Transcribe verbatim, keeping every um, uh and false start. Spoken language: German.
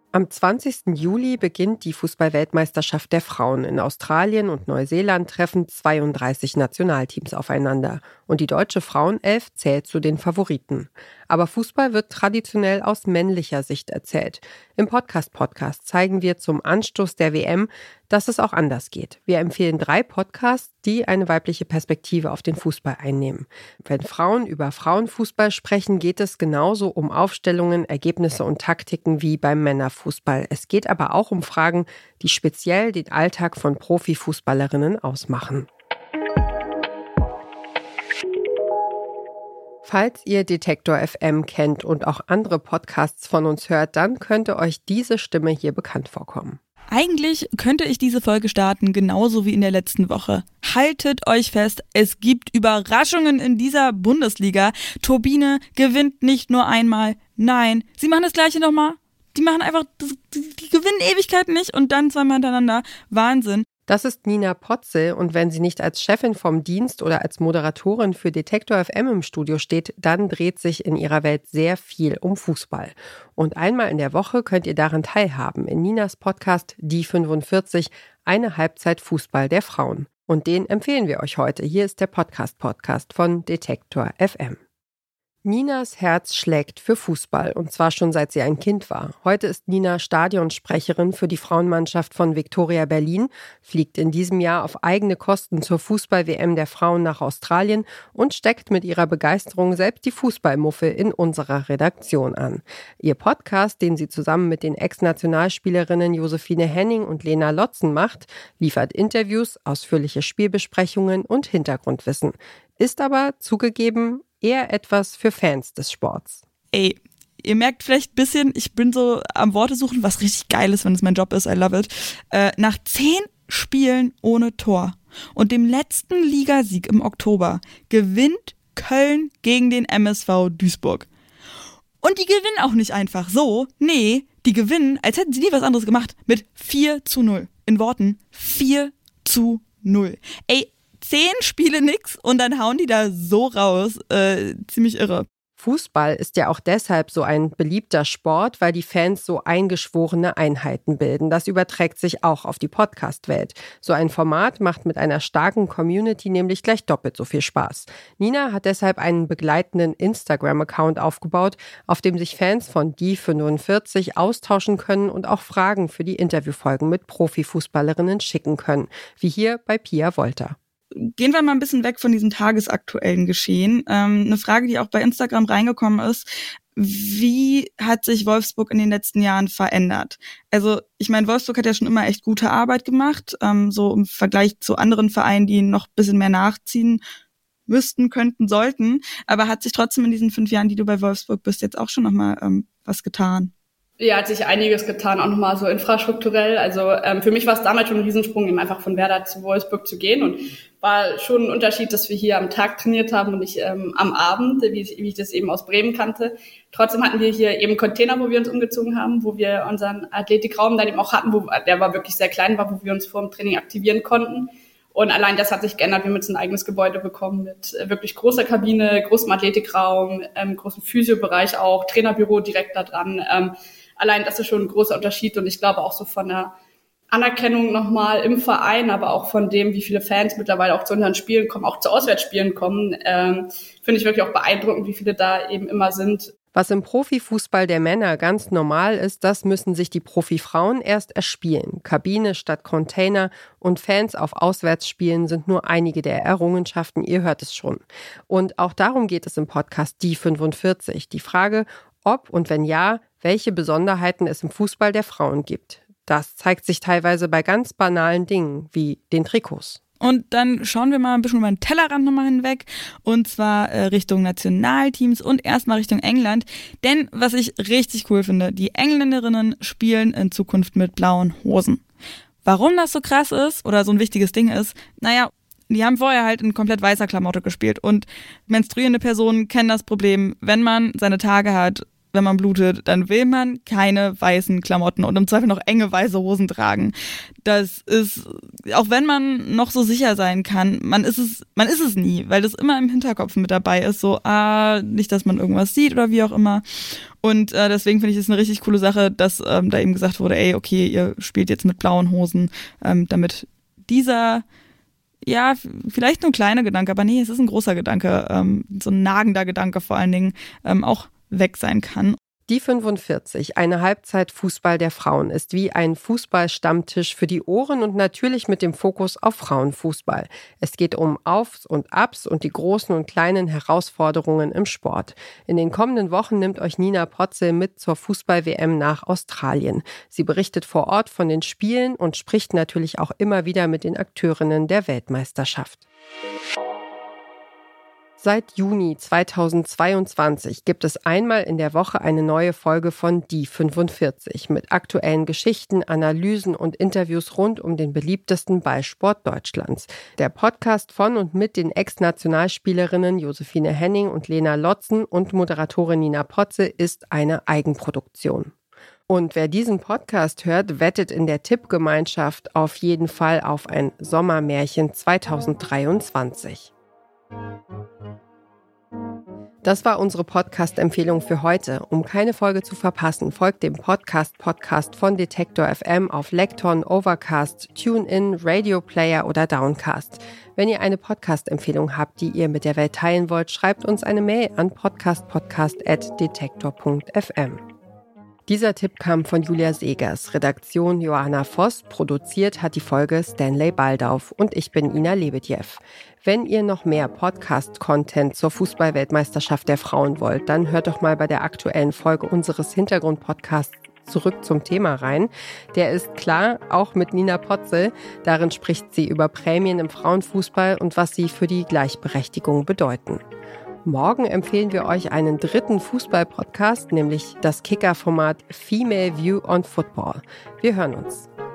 Am zwanzigsten Juli beginnt die Fußball-Weltmeisterschaft der Frauen. In Australien und Neuseeland treffen zweiunddreißig Nationalteams aufeinander. Und die deutsche Frauenelf zählt zu den Favoriten. Aber Fußball wird traditionell aus männlicher Sicht erzählt. Im Podcast-Podcast zeigen wir zum Anstoß der W M, dass es auch anders geht. Wir empfehlen drei Podcasts, die eine weibliche Perspektive auf den Fußball einnehmen. Wenn Frauen über Frauenfußball sprechen, geht es genauso um Aufstellungen, Ergebnisse und Taktiken wie beim Männerfußball. Es geht aber auch um Fragen, die speziell den Alltag von Profifußballerinnen ausmachen. Falls ihr Detektor F M kennt und auch andere Podcasts von uns hört, dann könnte euch diese Stimme hier bekannt vorkommen. Eigentlich könnte ich diese Folge starten, genauso wie in der letzten Woche. Haltet euch fest, es gibt Überraschungen in dieser Bundesliga. Turbine gewinnt nicht nur einmal, nein, sie machen das Gleiche nochmal. Die machen einfach, die, die gewinnen Ewigkeiten nicht und dann zweimal hintereinander. Wahnsinn. Das ist Nina Potzel und wenn sie nicht als Chefin vom Dienst oder als Moderatorin für Detektor F M im Studio steht, dann dreht sich in ihrer Welt sehr viel um Fußball. Und einmal in der Woche könnt ihr daran teilhaben in Ninas Podcast Die fünfundvierzig, eine Halbzeit Fußball der Frauen. Und den empfehlen wir euch heute. Hier ist der Podcast-Podcast von Detektor F M. Ninas Herz schlägt für Fußball und zwar schon seit sie ein Kind war. Heute ist Nina Stadionsprecherin für die Frauenmannschaft von Viktoria Berlin, fliegt in diesem Jahr auf eigene Kosten zur Fußball-W M der Frauen nach Australien und steckt mit ihrer Begeisterung selbst die Fußballmuffel in unserer Redaktion an. Ihr Podcast, den sie zusammen mit den Ex-Nationalspielerinnen Josephine Henning und Lena Lotzen macht, liefert Interviews, ausführliche Spielbesprechungen und Hintergrundwissen. Ist aber, zugegeben, eher etwas für Fans des Sports. Ey, ihr merkt vielleicht ein bisschen, ich bin so am Worte suchen, was richtig geil ist, wenn es mein Job ist, I love it. Äh, nach zehn Spielen ohne Tor und dem letzten Ligasieg im Oktober gewinnt Köln gegen den M S V Duisburg. Und die gewinnen auch nicht einfach so, nee, die gewinnen, als hätten sie nie was anderes gemacht, mit vier zu null. In Worten, vier zu null. Ey, Zehn Spiele nix und dann hauen die da so raus. Äh, ziemlich irre. Fußball ist ja auch deshalb so ein beliebter Sport, weil die Fans so eingeschworene Einheiten bilden. Das überträgt sich auch auf die Podcast-Welt. So ein Format macht mit einer starken Community nämlich gleich doppelt so viel Spaß. Nina hat deshalb einen begleitenden Instagram-Account aufgebaut, auf dem sich Fans von Die fünfundvierzig austauschen können und auch Fragen für die Interviewfolgen mit Profifußballerinnen schicken können, wie hier bei Pia Wolter. Gehen wir mal ein bisschen weg von diesem tagesaktuellen Geschehen. Ähm, eine Frage, die auch bei Instagram reingekommen ist: Wie hat sich Wolfsburg in den letzten Jahren verändert? Also ich meine, Wolfsburg hat ja schon immer echt gute Arbeit gemacht, ähm, so im Vergleich zu anderen Vereinen, die noch ein bisschen mehr nachziehen müssten, könnten, sollten. Aber hat sich trotzdem in diesen fünf Jahren, die du bei Wolfsburg bist, jetzt auch schon nochmal ähm, was getan? Ja, hat sich einiges getan, auch nochmal so infrastrukturell. Also ähm, für mich war es damals schon ein Riesensprung, eben einfach von Werder zu Wolfsburg zu gehen, und war schon ein Unterschied, dass wir hier am Tag trainiert haben und nicht ähm, am Abend, wie ich, wie ich das eben aus Bremen kannte. Trotzdem hatten wir hier eben Container, wo wir uns umgezogen haben, wo wir unseren Athletikraum dann eben auch hatten, wo der war wirklich sehr klein war, wo wir uns vor dem Training aktivieren konnten. Und allein das hat sich geändert. Wir haben jetzt ein eigenes Gebäude bekommen mit äh, wirklich großer Kabine, großem Athletikraum, ähm, großem Physiobereich auch, Trainerbüro direkt da dran. Ähm, Allein das ist schon ein großer Unterschied, und ich glaube auch so von der Anerkennung nochmal im Verein, aber auch von dem, wie viele Fans mittlerweile auch zu unseren Spielen kommen, auch zu Auswärtsspielen kommen, ähm, finde ich wirklich auch beeindruckend, wie viele da eben immer sind. Was im Profifußball der Männer ganz normal ist, das müssen sich die Profifrauen erst erspielen. Kabine statt Container und Fans auf Auswärtsspielen sind nur einige der Errungenschaften, ihr hört es schon. Und auch darum geht es im Podcast Die fünfundvierzig. Die Frage, ob und wenn ja, welche Besonderheiten es im Fußball der Frauen gibt. Das zeigt sich teilweise bei ganz banalen Dingen, wie den Trikots. Und dann schauen wir mal ein bisschen über den Tellerrand nochmal hinweg, und zwar äh, Richtung Nationalteams und erstmal Richtung England. Denn was ich richtig cool finde, die Engländerinnen spielen in Zukunft mit blauen Hosen. Warum das so krass ist oder so ein wichtiges Ding ist, naja, die haben vorher halt in komplett weißer Klamotte gespielt, und menstruierende Personen kennen das Problem, wenn man seine Tage hat, wenn man blutet, dann will man keine weißen Klamotten und im Zweifel noch enge weiße Hosen tragen. Das ist, auch wenn man noch so sicher sein kann, man ist es, man ist es nie, weil das immer im Hinterkopf mit dabei ist, so, ah, nicht, dass man irgendwas sieht oder wie auch immer. Und äh, deswegen finde ich es eine richtig coole Sache, dass ähm, da eben gesagt wurde, ey, okay, ihr spielt jetzt mit blauen Hosen, ähm, damit dieser, ja, vielleicht nur ein kleiner Gedanke, aber nee, es ist ein großer Gedanke, ähm, so ein nagender Gedanke vor allen Dingen, ähm, auch weg sein kann. Die fünfundvierzig, eine Halbzeit Fußball der Frauen, ist wie ein Fußballstammtisch für die Ohren und natürlich mit dem Fokus auf Frauenfußball. Es geht um Aufs und Abs und die großen und kleinen Herausforderungen im Sport. In den kommenden Wochen nimmt euch Nina Potzel mit zur Fußball-W M nach Australien. Sie berichtet vor Ort von den Spielen und spricht natürlich auch immer wieder mit den Akteurinnen der Weltmeisterschaft. Seit Juni zweitausendzweiundzwanzig gibt es einmal in der Woche eine neue Folge von Die fünfundvierzig mit aktuellen Geschichten, Analysen und Interviews rund um den beliebtesten Ballsport Deutschlands. Der Podcast von und mit den Ex-Nationalspielerinnen Josephine Henning und Lena Lotzen und Moderatorin Nina Potzel ist eine Eigenproduktion. Und wer diesen Podcast hört, wettet in der Tippgemeinschaft auf jeden Fall auf ein Sommermärchen zweitausenddreiundzwanzig. Das war unsere Podcast-Empfehlung für heute. Um keine Folge zu verpassen, folgt dem Podcast-Podcast von Detektor F M auf Lekton, Overcast, TuneIn, Radio Player oder Downcast. Wenn ihr eine Podcast-Empfehlung habt, die ihr mit der Welt teilen wollt, schreibt uns eine Mail an podcastpodcast at detektor punkt f m. Dieser Tipp kam von Julia Segers, Redaktion Johanna Voss, produziert hat die Folge Stanley Baldauf und ich bin Ina Lebedjew. Wenn ihr noch mehr Podcast-Content zur Fußball-Weltmeisterschaft der Frauen wollt, dann hört doch mal bei der aktuellen Folge unseres Hintergrund-Podcasts Zurück zum Thema rein. Der ist klar, auch mit Nina Potzel. Darin spricht sie über Prämien im Frauenfußball und was sie für die Gleichberechtigung bedeuten. Morgen empfehlen wir euch einen dritten Fußball-Podcast, nämlich das Kicker-Format Female View on Football. Wir hören uns.